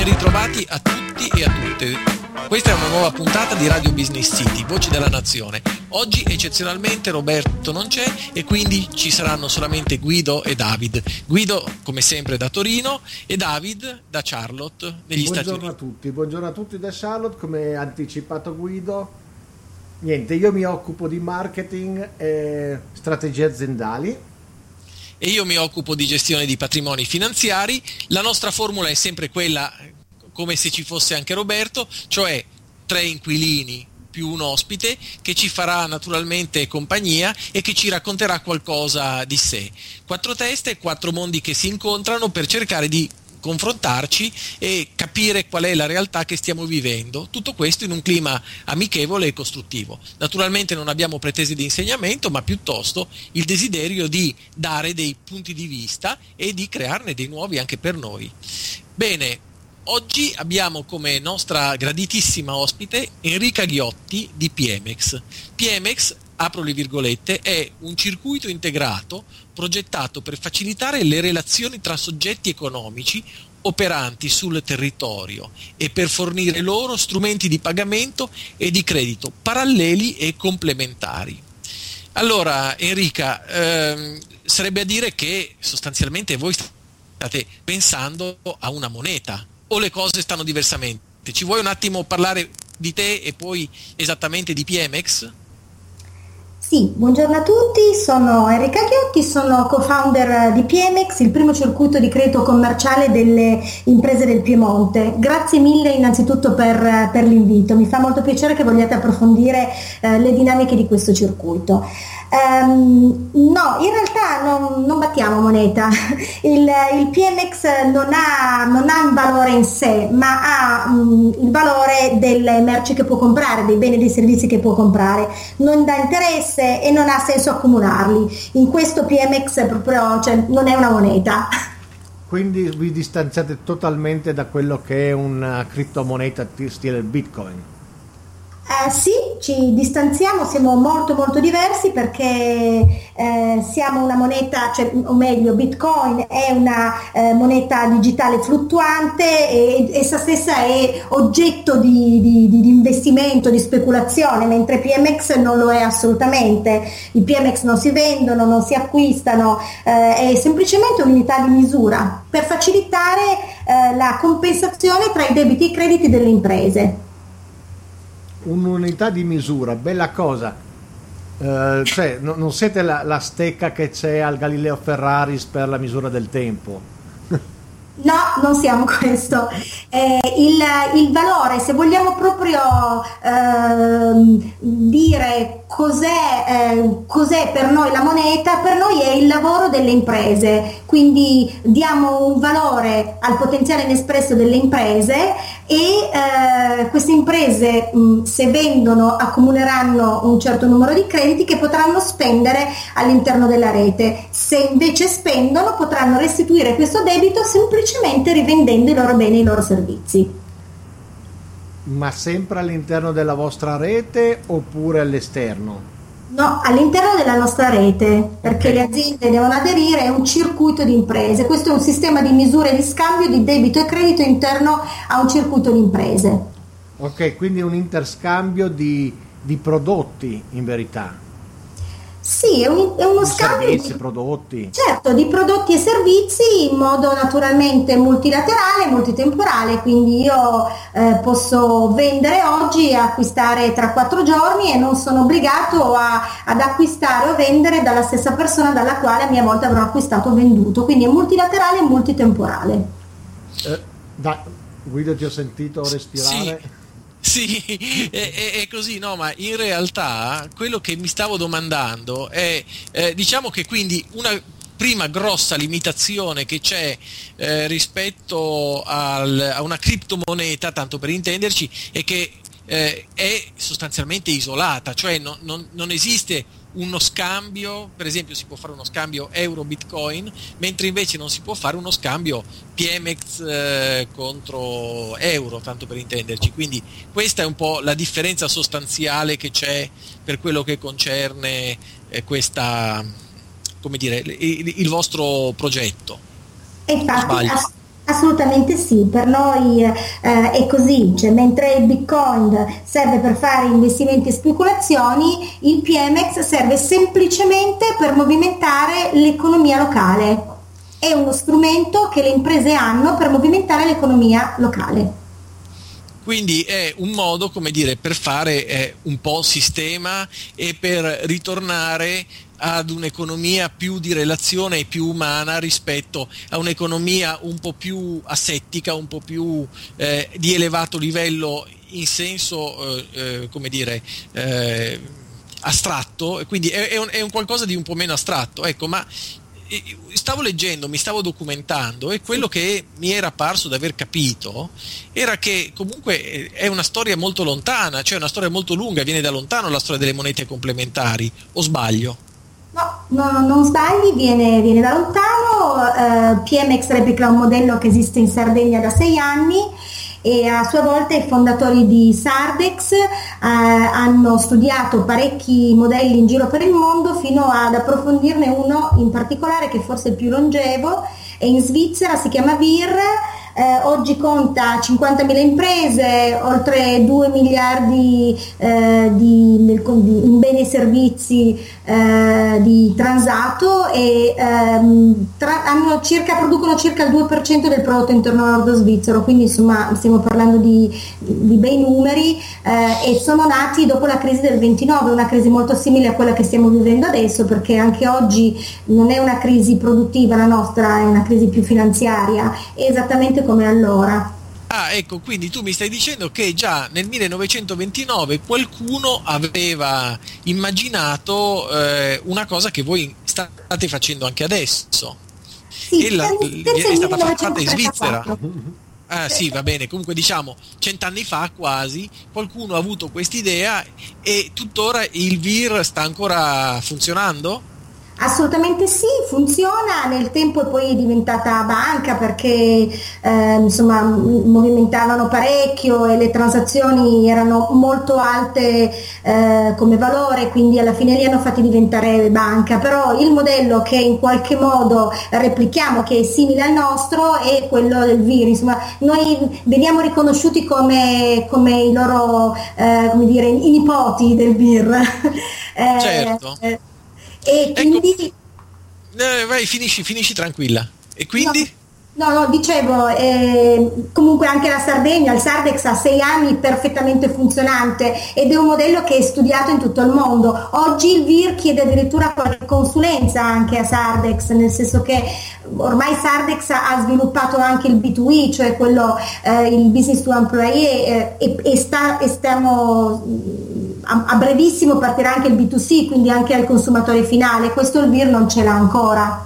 ritrovati a tutti e a tutte. Questa è una nuova puntata di Radio Business City, Voci della Nazione. Oggi eccezionalmente Roberto non c'è e quindi ci saranno solamente Guido e David. Guido come sempre da Torino e David da Charlotte negli Stati Uniti. Buongiorno a tutti da Charlotte, come anticipato Guido. Niente, io mi occupo di marketing e strategie aziendali. E io mi occupo di gestione di patrimoni finanziari. La nostra formula è sempre quella, come se ci fosse anche Roberto, cioè 3 inquilini più un ospite che ci farà naturalmente compagnia e che ci racconterà qualcosa di sé. 4 teste, 4 mondi che si incontrano per cercare di confrontarci e capire qual è la realtà che stiamo vivendo, tutto questo in un clima amichevole e costruttivo. Naturalmente non abbiamo pretese di insegnamento, ma piuttosto il desiderio di dare dei punti di vista e di crearne dei nuovi anche per noi. Bene, oggi abbiamo come nostra graditissima ospite Enrica Ghiotti di PMX. PMX, apro le virgolette, è un circuito integrato progettato per facilitare le relazioni tra soggetti economici operanti sul territorio e per fornire loro strumenti di pagamento e di credito paralleli e complementari. Allora, Enrica, sarebbe a dire che sostanzialmente voi state pensando a una moneta o le cose stanno diversamente? Ci vuoi un attimo parlare di te e poi esattamente di PMX? Sì, buongiorno a tutti, sono Enrica Ghiotti, sono co-founder di PMX, il primo circuito di credito commerciale delle imprese del Piemonte. Grazie mille innanzitutto per l'invito, mi fa molto piacere che vogliate approfondire le dinamiche di questo circuito. No, in realtà non battiamo moneta, il PMX non ha un valore in sé, ma ha il valore delle merci che può comprare, dei beni e dei servizi che può comprare, non dà interesse e non ha senso accumularli. In questo PMX proprio, cioè, non è una moneta. Quindi vi distanziate totalmente da quello che è una criptomoneta stile Bitcoin? Sì, ci distanziamo, siamo molto molto diversi perché siamo una moneta, cioè, o meglio Bitcoin è una moneta digitale fluttuante e essa stessa è oggetto di investimento, di speculazione, mentre PMX non lo è assolutamente. I PMX non si vendono, non si acquistano, è semplicemente un'unità di misura per facilitare la compensazione tra i debiti e i crediti delle imprese. Un'unità di misura, bella cosa. Cioè, non siete la stecca che c'è al Galileo Ferraris per la misura del tempo. No, non siamo questo. Il valore, se vogliamo proprio dire cos'è per noi la moneta, per noi è il lavoro delle imprese, quindi diamo un valore al potenziale inespresso delle imprese e queste imprese se vendono accumuleranno un certo numero di crediti che potranno spendere all'interno della rete, se invece spendono potranno restituire questo debito semplicemente rivendendo i loro beni e i loro servizi. Ma sempre all'interno della vostra rete oppure all'esterno? No, all'interno della nostra rete, perché Okay. le aziende devono aderire a un circuito di imprese. Questo è un sistema di misure e di scambio di debito e credito interno a un circuito di imprese. Ok, quindi un interscambio di prodotti in verità. Sì, è uno scambio Servizi, prodotti. certo, di prodotti e servizi in modo naturalmente multilaterale, multitemporale, quindi io posso vendere oggi e acquistare tra 4 giorni e non sono obbligato ad acquistare o vendere dalla stessa persona dalla quale a mia volta avrò acquistato o venduto, quindi è multilaterale e multitemporale. Guido, ti ho sentito respirare. Sì, è così, no, ma in realtà quello che mi stavo domandando è, diciamo che quindi una prima grossa limitazione che c'è rispetto a una criptomoneta, tanto per intenderci, è che è sostanzialmente isolata, cioè non esiste uno scambio, per esempio si può fare uno scambio euro-bitcoin, mentre invece non si può fare uno scambio PMX contro euro, tanto per intenderci. Quindi questa è un po' la differenza sostanziale che c'è per quello che concerne questa, come dire, il vostro progetto. E infatti Assolutamente sì, per noi è così, cioè, mentre il Bitcoin serve per fare investimenti e speculazioni, il PMX serve semplicemente per movimentare l'economia locale. È uno strumento che le imprese hanno per movimentare l'economia locale. Quindi è un modo, come dire, per fare un po' sistema e per ritornare ad un'economia più di relazione e più umana rispetto a un'economia un po' più asettica, un po' più di elevato livello in senso, come dire, astratto, e quindi è un qualcosa di un po' meno astratto, ecco, ma stavo leggendo, mi stavo documentando, e quello che mi era parso di aver capito era che comunque è una storia molto lontana, cioè una storia molto lunga, viene da lontano la storia delle monete complementari, o sbaglio? No, non sbagli, viene da lontano. PMX replica un modello che esiste in Sardegna da 6 anni, e a sua volta i fondatori di Sardex hanno studiato parecchi modelli in giro per il mondo fino ad approfondirne uno in particolare che forse è il più longevo, è in Svizzera, si chiama VIR. Oggi conta 50.000 imprese, oltre 2 miliardi in beni e servizi di transato, e producono circa il 2% del prodotto interno lordo svizzero, quindi insomma stiamo parlando di bei numeri, e sono nati dopo la crisi del 29, una crisi molto simile a quella che stiamo vivendo adesso, perché anche oggi non è una crisi produttiva la nostra, è una crisi più finanziaria, è esattamente come allora. Ah, ecco, quindi tu mi stai dicendo che già nel 1929 qualcuno aveva immaginato una cosa che voi state facendo anche adesso. Sì, È stata fatta in 1934. Svizzera. Ah sì, va bene, comunque diciamo 100 anni fa quasi qualcuno ha avuto quest'idea, e tuttora il VIR sta ancora funzionando? Assolutamente sì, funziona, nel tempo poi è diventata banca perché insomma movimentavano parecchio e le transazioni erano molto alte come valore, quindi alla fine li hanno fatti diventare banca, però il modello che in qualche modo replichiamo, che è simile al nostro, è quello del VIR. Insomma, noi veniamo riconosciuti come i loro come dire, i nipoti del VIR. Certo. E quindi vai, finisci tranquilla. E quindi? No, dicevo, comunque anche la Sardegna, il Sardex ha 6 anni perfettamente funzionante ed è un modello che è studiato in tutto il mondo. Oggi il VIR chiede addirittura qualche consulenza anche a Sardex, nel senso che ormai Sardex ha sviluppato anche il B2E, cioè quello, il business to employee, e stiamo a brevissimo partirà anche il B2C, quindi anche al consumatore finale. Questo il VIR non ce l'ha ancora.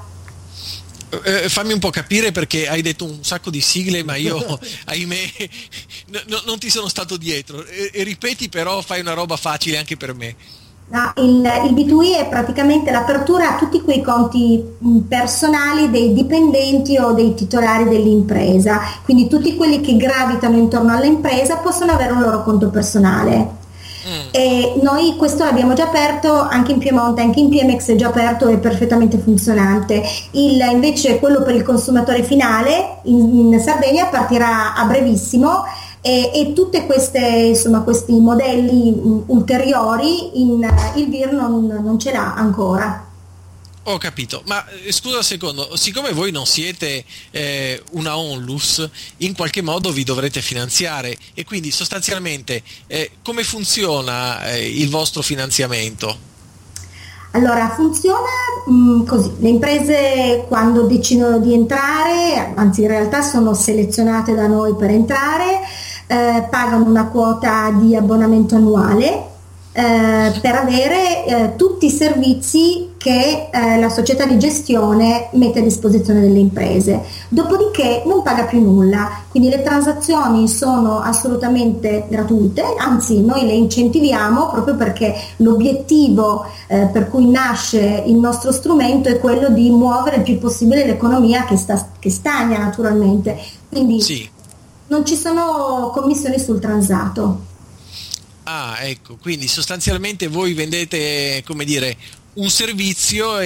Fammi un po' capire, perché hai detto un sacco di sigle, ma io ahimè non ti sono stato dietro, e ripeti, però fai una roba facile anche per me. No, il B2E è praticamente l'apertura a tutti quei conti personali dei dipendenti o dei titolari dell'impresa, quindi tutti quelli che gravitano intorno all'impresa possono avere un loro conto personale. E noi questo l'abbiamo già aperto anche in Piemonte, anche in PMX è già aperto e perfettamente funzionante. Invece quello per il consumatore finale in Sardegna partirà a brevissimo, e tutte queste, insomma, questi modelli ulteriori il VIR non ce l'ha ancora. Ho capito, ma scusa un secondo, siccome voi non siete una onlus, in qualche modo vi dovrete finanziare, e quindi sostanzialmente come funziona il vostro finanziamento? Allora, funziona così: le imprese quando decidono di entrare, anzi in realtà sono selezionate da noi per entrare, pagano una quota di abbonamento annuale per avere tutti i servizi che la società di gestione mette a disposizione delle imprese. Dopodiché non paga più nulla, quindi le transazioni sono assolutamente gratuite, anzi noi le incentiviamo proprio perché l'obiettivo per cui nasce il nostro strumento è quello di muovere il più possibile l'economia che stagna naturalmente, quindi sì. Non ci sono commissioni sul transato. Ah, ecco, quindi sostanzialmente voi vendete, come dire, un servizio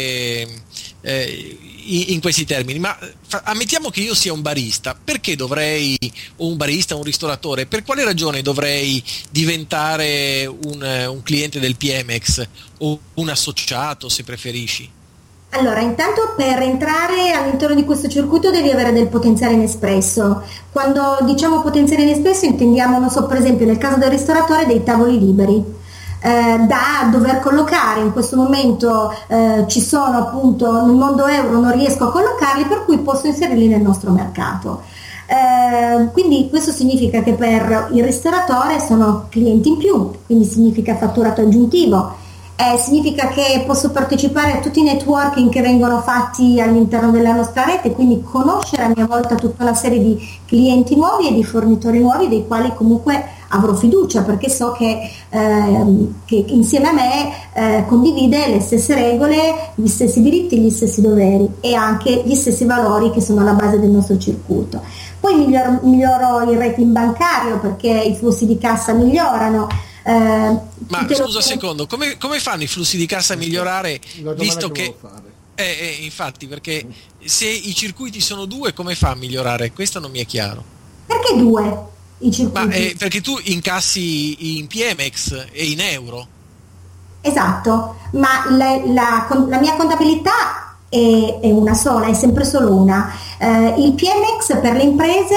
in questi termini. Ma ammettiamo che io sia un barista, perché dovrei, o un barista, un ristoratore, per quale ragione dovrei diventare un cliente del PMX o un associato, se preferisci? Allora, intanto per entrare all'interno di questo circuito devi avere del potenziale inespresso. Quando diciamo potenziale inespresso intendiamo, non so, per esempio nel caso del ristoratore, dei tavoli liberi. Da dover collocare in questo momento ci sono appunto nel mondo euro, non riesco a collocarli, per cui posso inserirli nel nostro mercato. Quindi questo significa che per il ristoratore sono clienti in più, quindi significa fatturato aggiuntivo. Significa che posso partecipare a tutti i networking che vengono fatti all'interno della nostra rete, quindi conoscere a mia volta tutta una serie di clienti nuovi e di fornitori nuovi, dei quali comunque avrò fiducia, perché so che insieme a me condivide le stesse regole, gli stessi diritti, gli stessi doveri e anche gli stessi valori che sono alla base del nostro circuito. Poi miglioro il rating bancario, perché i flussi di cassa migliorano. Ma scusa un secondo, come fanno i flussi di cassa a migliorare, visto che infatti, perché se i circuiti sono due, come fa a migliorare? Questo non mi è chiaro. Perché due i circuiti? Perché tu incassi in PMX e in euro. Esatto, ma la mia contabilità è una sola, è sempre solo una. Il PMX per le imprese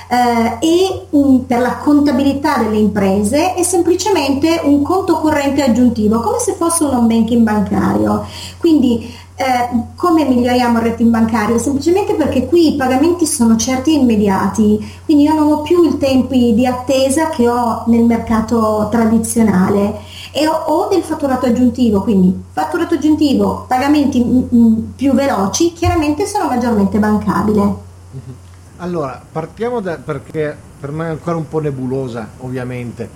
e per la contabilità delle imprese è semplicemente un conto corrente aggiuntivo, come se fosse un home banking bancario. Quindi come miglioriamo il rating bancario? Semplicemente perché qui i pagamenti sono certi e immediati, quindi io non ho più i tempi di attesa che ho nel mercato tradizionale e ho del fatturato aggiuntivo, quindi fatturato aggiuntivo, pagamenti più veloci, chiaramente sono maggiormente bancabile. Allora, partiamo perché per me è ancora un po' nebulosa, ovviamente.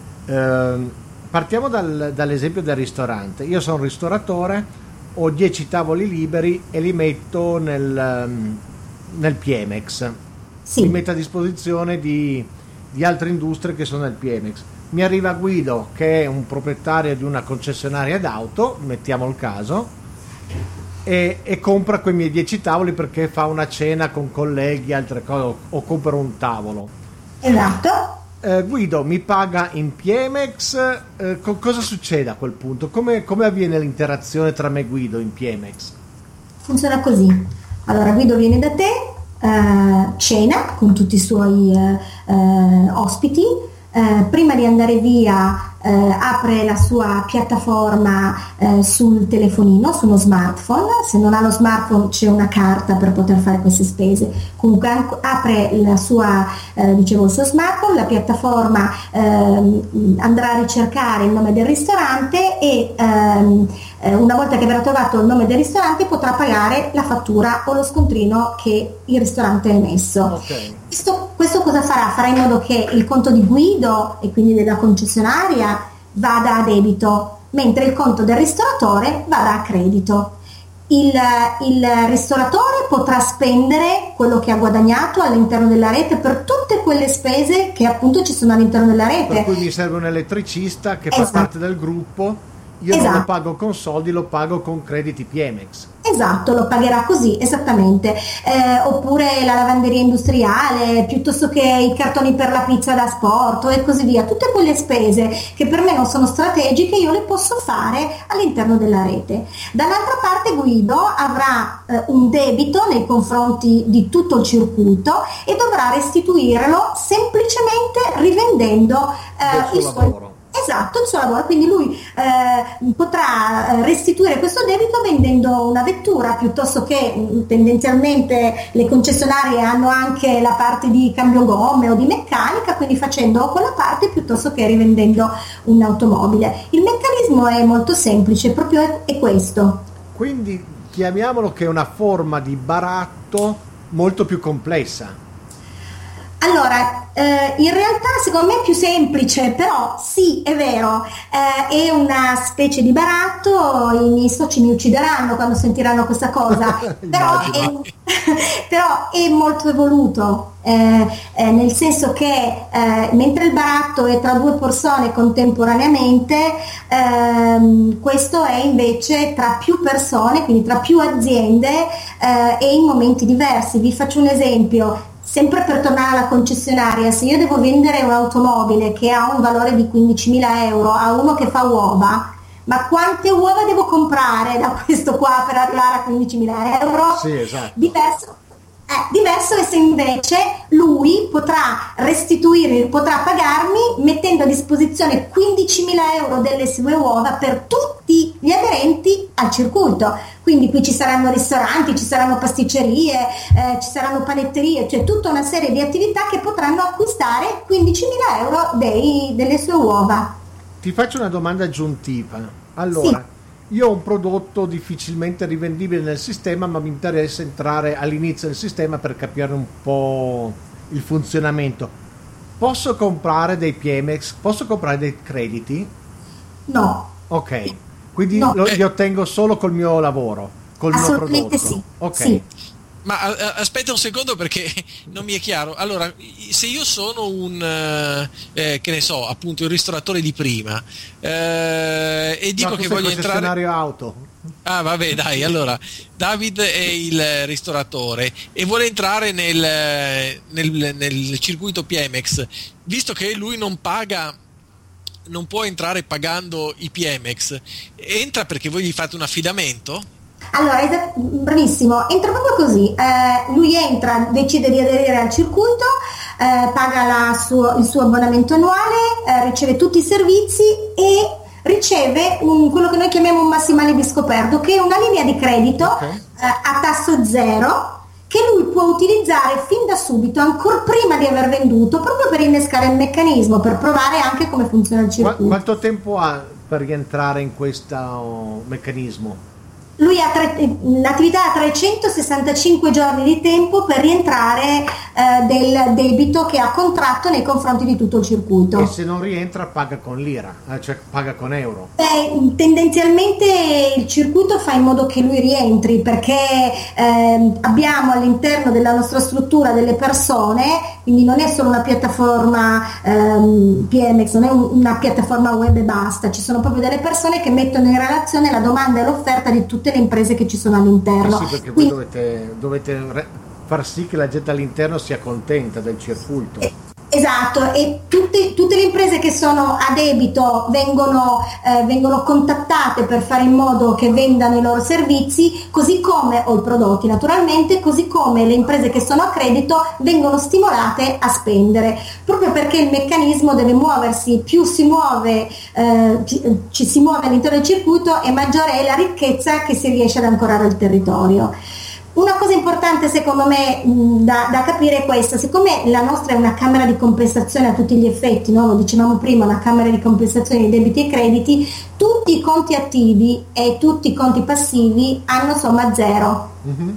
Partiamo dall'esempio del ristorante. Io sono un ristoratore, ho 10 tavoli liberi e li metto nel PMX. Sì. Li metto a disposizione di altre industrie che sono nel PMX. Mi arriva Guido, che è un proprietario di una concessionaria d'auto, mettiamo il caso, e compra quei miei 10 tavoli perché fa una cena con colleghi, altre cose, o compra un tavolo. Esatto. Guido mi paga in PMX, cosa succede a quel punto? Come avviene l'interazione tra me e Guido in PMX? Funziona così. Allora Guido viene da te, cena con tutti i suoi ospiti, prima di andare via apre la sua piattaforma sul telefonino, su uno smartphone. Se non ha lo smartphone c'è una carta per poter fare queste spese. Comunque apre la sua, il suo smartphone, la piattaforma andrà a ricercare il nome del ristorante e una volta che avrà trovato il nome del ristorante potrà pagare la fattura o lo scontrino che il ristorante ha emesso. Okay. Questo cosa farà? Farà in modo che il conto di Guido e quindi della concessionaria vada a debito, mentre il conto del ristoratore vada a credito. Il ristoratore potrà spendere quello che ha guadagnato all'interno della rete per tutte quelle spese che appunto ci sono all'interno della rete. Per cui mi serve un elettricista che fa parte del gruppo. Io non lo pago con soldi, lo pago con crediti PMX. Esatto, lo pagherà così, esattamente. Oppure la lavanderia industriale, piuttosto che i cartoni per la pizza da sport e così via. Tutte quelle spese che per me non sono strategiche io le posso fare all'interno della rete. Dall'altra parte Guido avrà un debito nei confronti di tutto il circuito e dovrà restituirlo semplicemente rivendendo il suo lavoro. Esatto, il suo lavoro, quindi lui potrà restituire questo debito vendendo una vettura, piuttosto che tendenzialmente le concessionarie hanno anche la parte di cambio gomme o di meccanica, quindi facendo quella parte piuttosto che rivendendo un'automobile. Il meccanismo è molto semplice, proprio è questo. Quindi chiamiamolo che è una forma di baratto molto più complessa. Allora, in realtà secondo me è più semplice, però sì, è vero, è una specie di baratto, i miei soci mi uccideranno quando sentiranno questa cosa, però però è molto evoluto, nel senso che mentre il baratto è tra due persone contemporaneamente, questo è invece tra più persone, quindi tra più aziende, e in momenti diversi. Vi faccio un esempio. Sempre per tornare alla concessionaria, se io devo vendere un'automobile che ha un valore di 15.000 euro a uno che fa uova, ma quante uova devo comprare da questo qua per arrivare a 15.000 euro? Sì, esatto. Diverso è se invece lui potrà restituire, potrà pagarmi mettendo a disposizione 15.000 euro delle sue uova per tutti gli aderenti al circuito. Quindi qui ci saranno ristoranti, ci saranno pasticcerie, ci saranno panetterie, cioè tutta una serie di attività che potranno acquistare 15.000 euro delle sue uova. Ti faccio una domanda aggiuntiva. Allora, sì. Io ho un prodotto difficilmente rivendibile nel sistema, ma mi interessa entrare all'inizio del sistema per capire un po' il funzionamento. Posso comprare dei PMX? Posso comprare dei crediti? No. Ok, quindi no. Li ottengo solo col mio lavoro, col mio prodotto? Assolutamente sì. Ok. Sì. Ma aspetta un secondo perché non mi è chiaro. Allora, se io sono un che ne so, appunto il ristoratore di prima, e dico che voglio entrare auto. Ah, vabbè, dai, allora David è il ristoratore e vuole entrare nel circuito PMX, visto che lui non può entrare pagando i PMX, entra perché voi gli fate un affidamento? Allora, bravissimo, entra proprio così, lui entra, decide di aderire al circuito, paga il suo abbonamento annuale, riceve tutti i servizi e riceve quello che noi chiamiamo un massimale di scoperto, che è una linea di credito a tasso zero, che lui può utilizzare fin da subito, ancora prima di aver venduto, proprio per innescare il meccanismo, per provare anche come funziona il circuito. Quanto tempo ha per rientrare in questo meccanismo? Lui l'attività ha 365 giorni di tempo per rientrare del debito che ha contratto nei confronti di tutto il circuito. E se non rientra paga con lira, cioè paga con euro? Tendenzialmente il circuito fa in modo che lui rientri, perché abbiamo all'interno della nostra struttura delle persone, quindi non è solo una piattaforma PMX, non è una piattaforma web e basta, ci sono proprio delle persone che mettono in relazione la domanda e l'offerta di tutte le imprese che ci sono all'interno. Sì, perché voi dovete far sì che la gente all'interno sia contenta del circuito. Esatto, e tutte le imprese che sono a debito vengono contattate per fare in modo che vendano i loro servizi, così come, o i prodotti naturalmente, così come le imprese che sono a credito vengono stimolate a spendere, proprio perché il meccanismo deve muoversi, più si muove, ci si muove all'interno del circuito e maggiore è la ricchezza che si riesce ad ancorare al territorio. Una cosa importante secondo me da capire è questa: siccome la nostra è una camera di compensazione a tutti gli effetti, no? Lo dicevamo prima, una camera di compensazione di debiti e crediti, tutti i conti attivi e tutti i conti passivi hanno somma zero. Mm-hmm.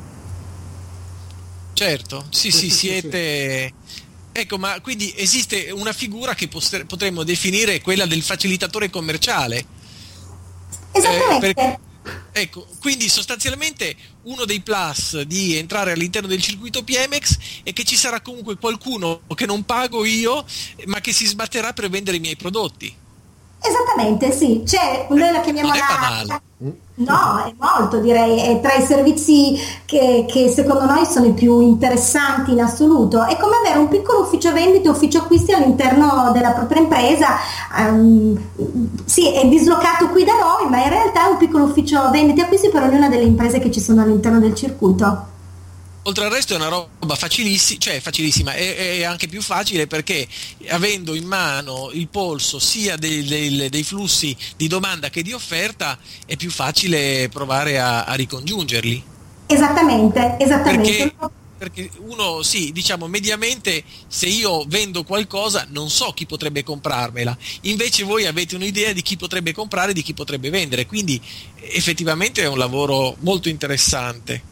Certo, sì, siete... Ecco, ma quindi esiste una figura che potremmo definire quella del facilitatore commerciale. Esattamente. Ecco, quindi sostanzialmente uno dei plus di entrare all'interno del circuito PMX è che ci sarà comunque qualcuno che non pago io, ma che si sbatterà per vendere i miei prodotti. Esattamente, sì, noi la chiamiamo non è banale. No, è molto, direi, è tra i servizi che secondo noi sono i più interessanti in assoluto. È come avere un piccolo ufficio vendite, ufficio acquisti all'interno della propria impresa. Sì, è dislocato qui da noi, ma in realtà è un piccolo ufficio vendite e acquisti per ognuna delle imprese che ci sono all'interno del circuito. Oltre al resto è una roba facilissima, è anche più facile perché avendo in mano il polso sia dei flussi di domanda che di offerta è più facile provare a ricongiungerli. Esattamente. Perché uno, sì, diciamo mediamente se io vendo qualcosa non so chi potrebbe comprarmela, invece voi avete un'idea di chi potrebbe comprare e di chi potrebbe vendere, quindi effettivamente è un lavoro molto interessante.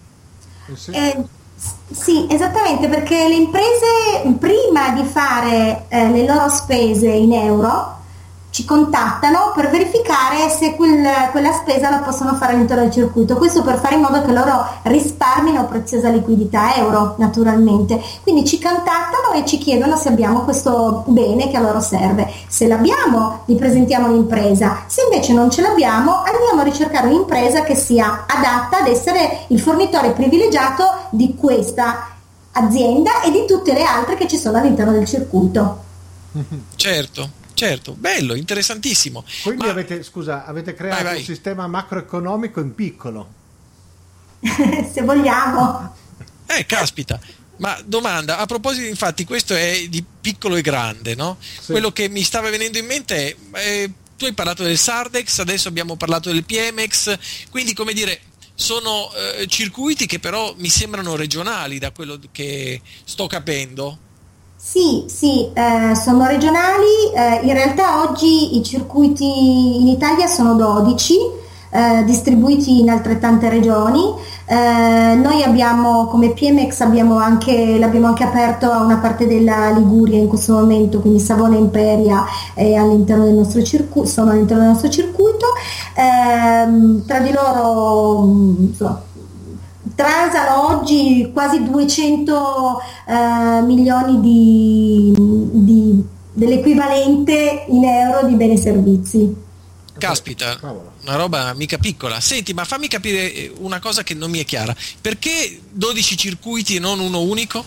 Sì, esattamente, perché le imprese prima di fare le loro spese in euro ci contattano per verificare se quella spesa la possono fare all'interno del circuito, questo per fare in modo che loro risparmino preziosa liquidità euro, naturalmente. Quindi ci contattano e ci chiedono se abbiamo questo bene che a loro serve. Se l'abbiamo, gli presentiamo l'impresa, se invece non ce l'abbiamo, andiamo a ricercare un'impresa che sia adatta ad essere il fornitore privilegiato di questa azienda e di tutte le altre che ci sono all'interno del circuito. Certo, bello, interessantissimo. Quindi avete creato un sistema macroeconomico in piccolo. Se vogliamo. Caspita. Ma domanda, a proposito, infatti questo è di piccolo e grande, no? Sì. Quello che mi stava venendo in mente è, tu hai parlato del Sardex, adesso abbiamo parlato del PMX, quindi come dire, sono circuiti che però mi sembrano regionali da quello che sto capendo. Sì, sono regionali, in realtà oggi i circuiti in Italia sono 12, distribuiti in altrettante regioni. Noi abbiamo come PMX l'abbiamo anche aperto a una parte della Liguria in questo momento, quindi Savona e Imperia all'interno del nostro sono all'interno del nostro circuito. Tra di loro transano oggi quasi 200 milioni dell'equivalente in euro di beni e servizi. Caspita, una roba mica piccola. Senti, ma fammi capire una cosa che non mi è chiara. Perché 12 circuiti e non uno unico?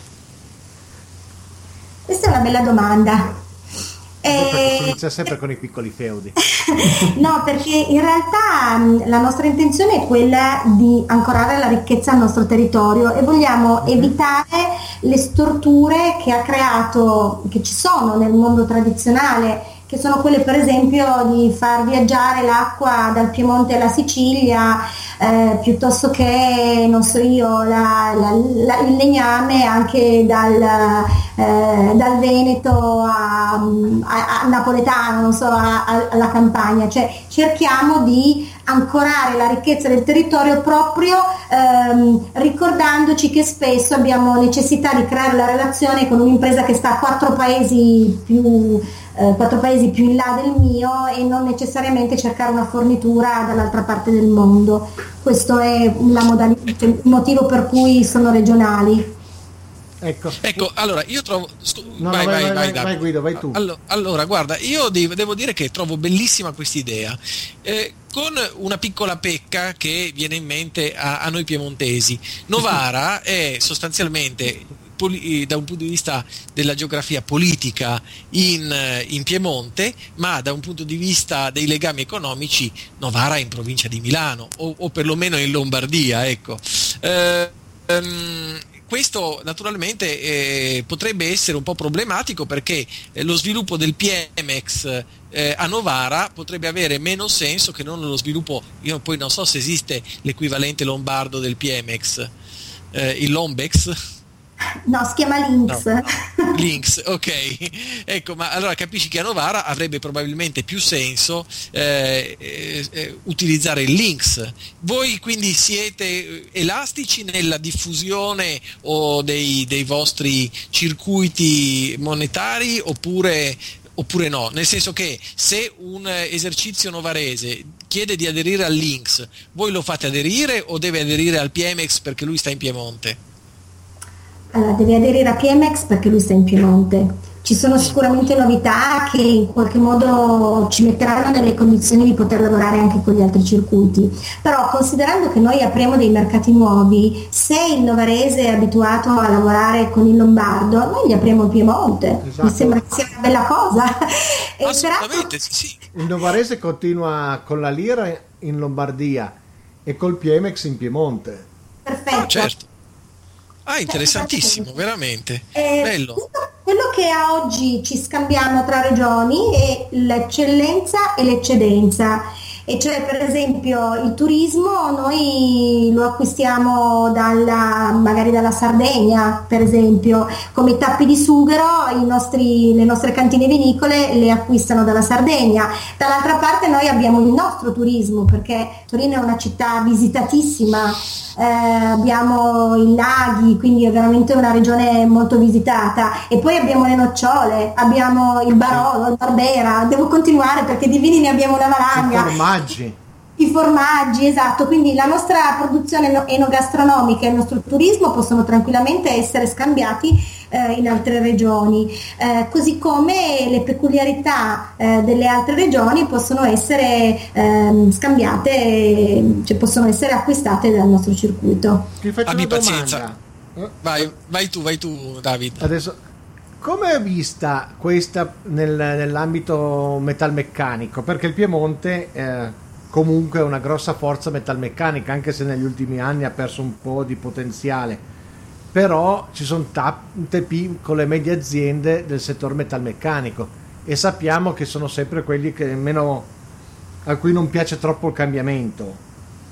Questa è una bella domanda. Perché si inizia sempre con i piccoli feudi. No, perché in realtà la nostra intenzione è quella di ancorare la ricchezza al nostro territorio e vogliamo evitare le storture che ci sono nel mondo tradizionale, che sono quelle per esempio di far viaggiare l'acqua dal Piemonte alla Sicilia, piuttosto che, non so io, il legname anche dal Veneto a napoletano, non so, alla Campania. Cioè cerchiamo di ancorare la ricchezza del territorio proprio ricordandoci che spesso abbiamo necessità di creare la relazione con un'impresa che sta a 4 paesi più in là del mio e non necessariamente cercare una fornitura dall'altra parte del mondo. Questo è il motivo per cui sono regionali. Ecco, allora io trovo. Vai Guido, vai tu. Allora, guarda, io devo dire che trovo bellissima quest'idea. Con una piccola pecca che viene in mente a noi piemontesi. Novara è sostanzialmente, da un punto di vista della geografia politica, in Piemonte, ma da un punto di vista dei legami economici Novara è in provincia di Milano o perlomeno in Lombardia, ecco. Questo naturalmente potrebbe essere un po' problematico perché lo sviluppo del PMX a Novara potrebbe avere meno senso che non lo sviluppo, io poi non so se esiste l'equivalente lombardo del PMX, il Lombex. No, si chiama Lynx. No. Lynx, ok. Ecco, ma allora capisci che a Novara avrebbe probabilmente più senso utilizzare il Lynx. Voi quindi siete elastici nella diffusione o dei vostri circuiti monetari oppure no? Nel senso che se un esercizio novarese chiede di aderire al Lynx, voi lo fate aderire o deve aderire al PMX perché lui sta in Piemonte? Allora, devi aderire a PMX perché lui sta in Piemonte. Ci sono sicuramente novità che in qualche modo ci metteranno nelle condizioni di poter lavorare anche con gli altri circuiti, però considerando che noi apriamo dei mercati nuovi, se il novarese è abituato a lavorare con il lombardo, noi gli apriamo il Piemonte. Esatto. Mi sembra che sia una bella cosa. Assolutamente, sì. Il novarese continua con la lira in Lombardia e col PMX in Piemonte. Perfetto. Certo. Interessantissimo, veramente bello. Quello che a oggi ci scambiamo tra regioni è l'eccellenza e l'eccedenza. e cioè per esempio il turismo noi lo acquistiamo magari dalla Sardegna, per esempio, come tappi di sughero le nostre cantine vinicole le acquistano dalla Sardegna. Dall'altra parte noi abbiamo il nostro turismo, perché Torino è una città visitatissima, abbiamo i laghi, quindi è veramente una regione molto visitata, e poi abbiamo le nocciole, abbiamo il Barolo, il Barbera, devo continuare perché di vini ne abbiamo una valanga. I formaggi, esatto, quindi la nostra produzione enogastronomica e il nostro turismo possono tranquillamente essere scambiati in altre regioni, così come le peculiarità delle altre regioni possono essere scambiate, cioè possono essere acquistate dal nostro circuito. Ti faccio Abbi una pazienza. domanda. Vai tu, David. Adesso, come è vista questa nell'ambito metalmeccanico? Perché il Piemonte comunque è una grossa forza metalmeccanica, anche se negli ultimi anni ha perso un po' di potenziale, però ci sono tante piccole e medie aziende del settore metalmeccanico e sappiamo che sono sempre quelli che a cui non piace troppo il cambiamento.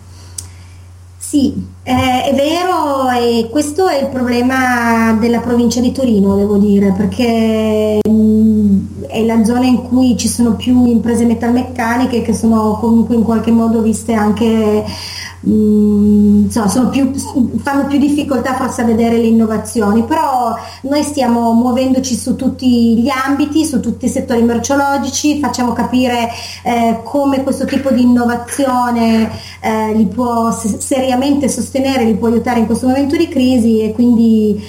Sì, è vero, e questo è il problema della provincia di Torino, devo dire, perché è la zona in cui ci sono più imprese metalmeccaniche che sono comunque in qualche modo viste anche, insomma, fanno più difficoltà forse a vedere le innovazioni, però noi stiamo muovendoci su tutti gli ambiti, su tutti i settori merceologici, facciamo capire come questo tipo di innovazione li può seriamente sostenere, li può aiutare in questo momento di crisi, e quindi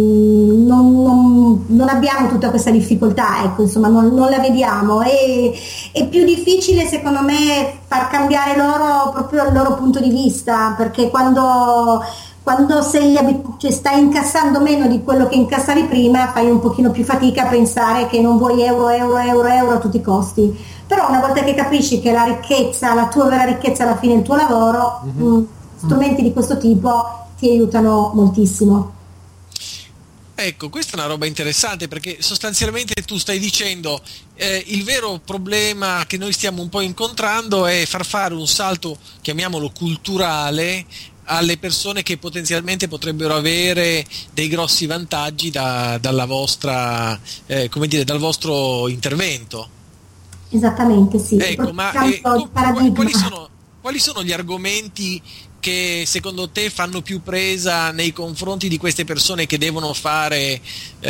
non abbiamo tutta questa difficoltà, ecco, insomma, non la vediamo. È più difficile secondo me far cambiare loro proprio il loro punto di vista, perché quando stai incassando meno di quello che incassavi prima, fai un pochino più fatica a pensare che non vuoi euro a tutti i costi. Però una volta che capisci che la ricchezza, la tua vera ricchezza alla fine è il tuo lavoro, strumenti di questo tipo ti aiutano moltissimo. Ecco, questa è una roba interessante, perché sostanzialmente tu stai dicendo il vero problema che noi stiamo un po' incontrando è far fare un salto, chiamiamolo culturale, alle persone che potenzialmente potrebbero avere dei grossi vantaggi dalla vostra, dal vostro intervento. Esattamente, sì. Ecco, ma quali sono gli argomenti che secondo te fanno più presa nei confronti di queste persone che devono fare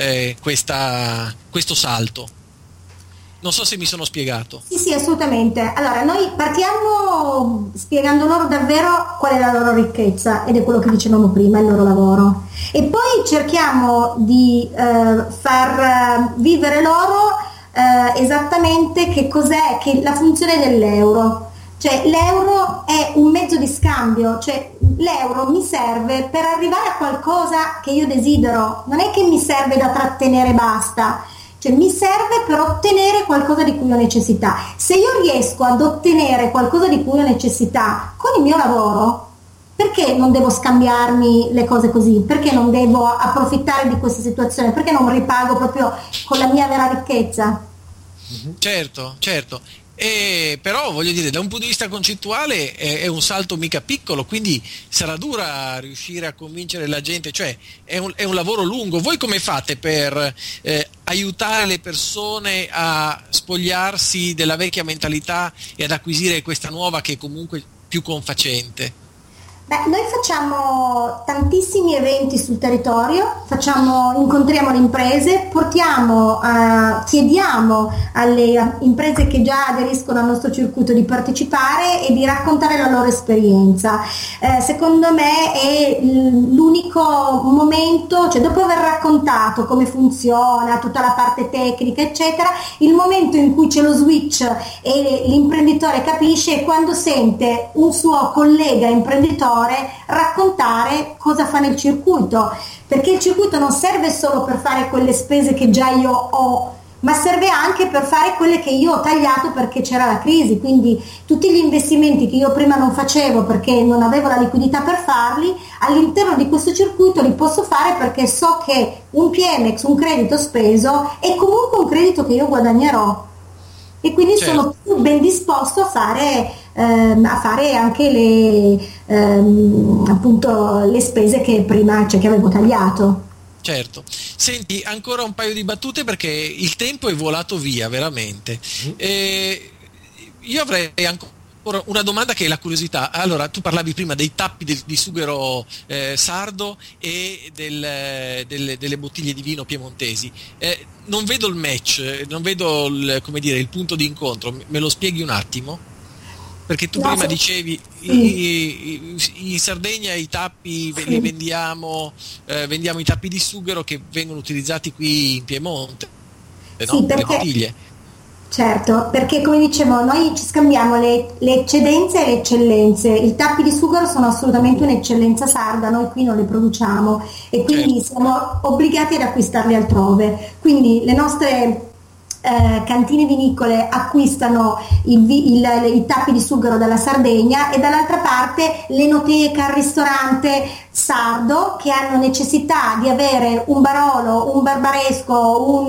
questo salto? Non so se mi sono spiegato. Sì, assolutamente. Allora, noi partiamo spiegando loro davvero qual è la loro ricchezza, ed è quello che dicevamo prima, il loro lavoro. E poi cerchiamo di far vivere loro esattamente che cos'è che la funzione dell'euro. Cioè l'euro è un mezzo di scambio, cioè l'euro mi serve per arrivare a qualcosa che io desidero, non è che mi serve da trattenere e basta, cioè mi serve per ottenere qualcosa di cui ho necessità. Se io riesco ad ottenere qualcosa di cui ho necessità con il mio lavoro, perché non devo scambiarmi le cose così? Perché non devo approfittare di questa situazione? Perché non ripago proprio con la mia vera ricchezza? Certo. Però voglio dire, da un punto di vista concettuale è un salto mica piccolo, quindi sarà dura riuscire a convincere la gente, cioè è un lavoro lungo. Voi come fate per aiutare le persone a spogliarsi della vecchia mentalità e ad acquisire questa nuova, che è comunque più confacente? Noi facciamo tantissimi eventi sul territorio, incontriamo le imprese, chiediamo alle imprese che già aderiscono al nostro circuito di partecipare e di raccontare la loro esperienza. Secondo me è l'unico momento, cioè dopo aver raccontato come funziona, tutta la parte tecnica eccetera, il momento in cui c'è lo switch e l'imprenditore capisce è quando sente un suo collega imprenditore raccontare cosa fa nel circuito, perché il circuito non serve solo per fare quelle spese che già io ho, ma serve anche per fare quelle che io ho tagliato perché c'era la crisi. Quindi tutti gli investimenti che io prima non facevo perché non avevo la liquidità per farli, all'interno di questo circuito li posso fare perché so che un PMX, un credito speso, è comunque un credito che io guadagnerò. e quindi Certo. sono più ben disposto a fare anche appunto le spese che prima, cioè, che avevo tagliato. Certo. Senti, ancora un paio di battute perché il tempo è volato via, veramente. Io avrei ancora una domanda che è la curiosità. Allora, tu parlavi prima dei tappi di sughero sardo e delle bottiglie di vino piemontesi. Non vedo il match, non vedo come dire, il punto di incontro. Me lo spieghi un attimo? Perché tu No, prima dicevi in Sardegna i tappi li vendiamo i tappi di sughero che vengono utilizzati qui in Piemonte, no? Sì, Le perché bottiglie. certo, perché come dicevo, noi ci scambiamo le eccedenze e le eccellenze. I tappi di sughero sono assolutamente un'eccellenza sarda, noi qui non le produciamo e quindi Certo. siamo obbligati ad acquistarli altrove. Quindi le nostre cantine vinicole acquistano i tappi di sughero dalla Sardegna e dall'altra parte l'enoteca, il ristorante sardo che hanno necessità di avere un barolo, un barbaresco,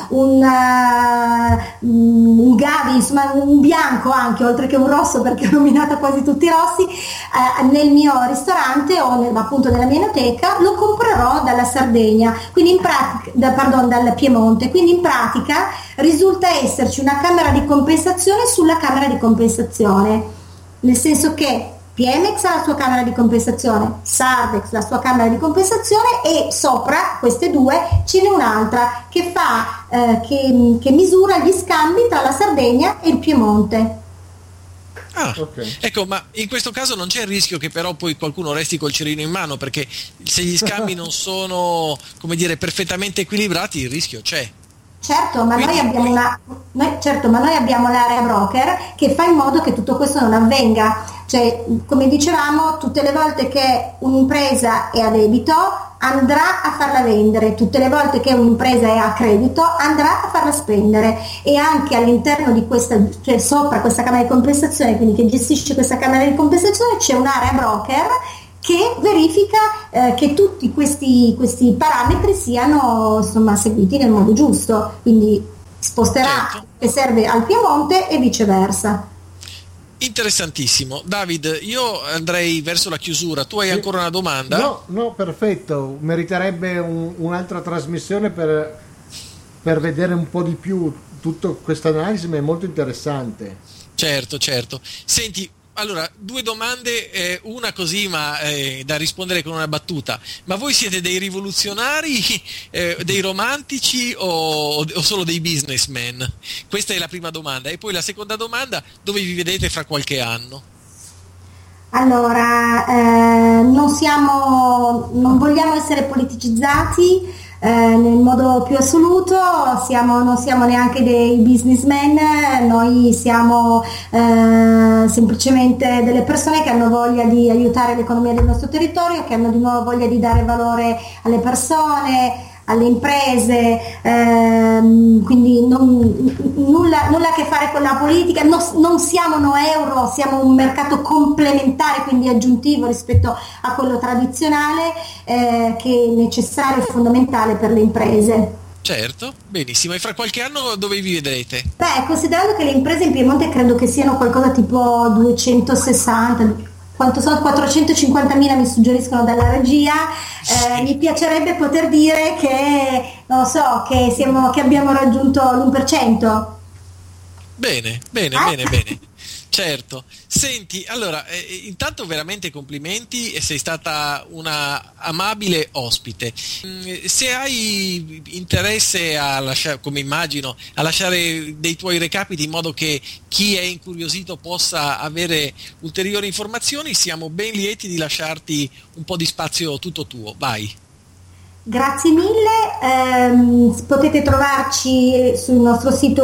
un gavi, insomma un bianco anche, oltre che un rosso perché ho nominato quasi tutti i rossi, nel mio ristorante o appunto nella mia enoteca, lo comprerò dalla Sardegna, quindi in pratica, dal Piemonte, quindi in pratica risulta esserci una camera di compensazione sulla camera di compensazione, nel senso che Piemex ha la sua camera di compensazione, Sardex la sua camera di compensazione e sopra queste due ce n'è un'altra che fa che misura gli scambi tra la Sardegna e il Piemonte. Ah, Ok. ecco, ma in questo caso non c'è il rischio che però poi qualcuno resti col cerino in mano, perché se gli scambi non sono, come dire, perfettamente equilibrati, il rischio c'è. Certo, ma Quindi, noi abbiamo l'area broker che fa in modo che tutto questo non avvenga. Cioè, come dicevamo, tutte le volte che un'impresa è a debito andrà a farla vendere, tutte le volte che un'impresa è a credito andrà a farla spendere e anche all'interno di questa, cioè sopra questa camera di compensazione, quindi che gestisce questa camera di compensazione, c'è un'area broker che verifica che tutti questi parametri siano insomma seguiti nel modo giusto, quindi sposterà certo. che serve al Piemonte e viceversa. Interessantissimo. David, io andrei verso la chiusura. Tu hai ancora una domanda? No, perfetto. Meriterebbe un'altra trasmissione per vedere un po' di più tutta questa analisi, ma è molto interessante. Certo. Senti, allora, due domande, una così, ma da rispondere con una battuta. Ma voi siete dei rivoluzionari, dei romantici o solo dei businessmen? Questa è la prima domanda. E poi la seconda domanda, dove vi vedete fra qualche anno? Allora, non vogliamo essere politicizzati nel modo più assoluto, non siamo neanche dei businessmen, noi siamo semplicemente delle persone che hanno voglia di aiutare l'economia del nostro territorio, che hanno di nuovo voglia di dare valore alle persone, alle imprese, quindi nulla a che fare con la politica, non siamo no euro, siamo un mercato complementare, quindi aggiuntivo rispetto a quello tradizionale che è necessario e fondamentale per le imprese. Certo, benissimo. E fra qualche anno dove vi vedrete? Beh, considerando che le imprese in Piemonte credo che siano qualcosa tipo 260, quanto sono 450.000 mi suggeriscono dalla regia, mi piacerebbe poter dire che non lo so, che abbiamo raggiunto l'1%. Bene. Certo. Senti, allora, intanto veramente complimenti e sei stata una amabile ospite. Se hai interesse a lasciare, come immagino, a lasciare dei tuoi recapiti in modo che chi è incuriosito possa avere ulteriori informazioni, siamo ben lieti di lasciarti un po' di spazio tutto tuo. Vai. Grazie mille, potete trovarci sul nostro sito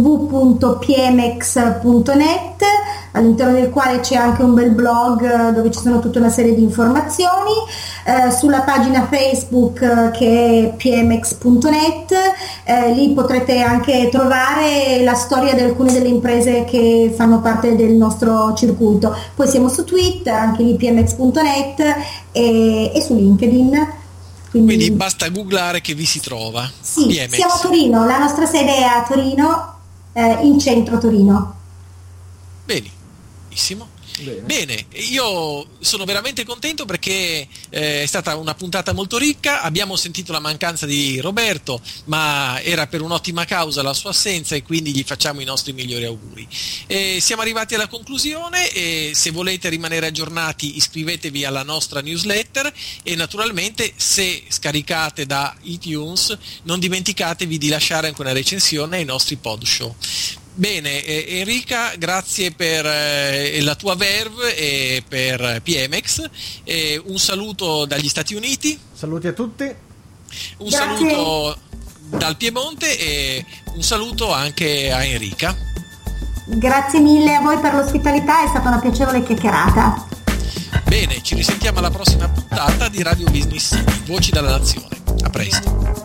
www.piemex.net, all'interno del quale c'è anche un bel blog dove ci sono tutta una serie di informazioni, sulla pagina Facebook che è piemex.net, lì potrete anche trovare la storia di alcune delle imprese che fanno parte del nostro circuito. Poi siamo su Twitter, anche lì piemex.net e su LinkedIn. Quindi basta googlare che vi si trova. Sì, Piemex. siamo a Torino, la nostra sede è a Torino in centro a Torino. Benissimo. Bene, io sono veramente contento perché è stata una puntata molto ricca, abbiamo sentito la mancanza di Roberto, ma era per un'ottima causa la sua assenza e quindi gli facciamo i nostri migliori auguri. Siamo arrivati alla conclusione e se volete rimanere aggiornati iscrivetevi alla nostra newsletter e naturalmente se scaricate da iTunes non dimenticatevi di lasciare anche una recensione ai nostri pod show. Bene, Enrica, grazie per la tua verve e per PMX. Un saluto dagli Stati Uniti. Saluti a tutti. Un saluto dal Piemonte e un saluto anche a Enrica. Grazie mille a voi per l'ospitalità, è stata una piacevole chiacchierata. Bene, ci risentiamo alla prossima puntata di Radio Business City, Voci dalla Nazione. A presto.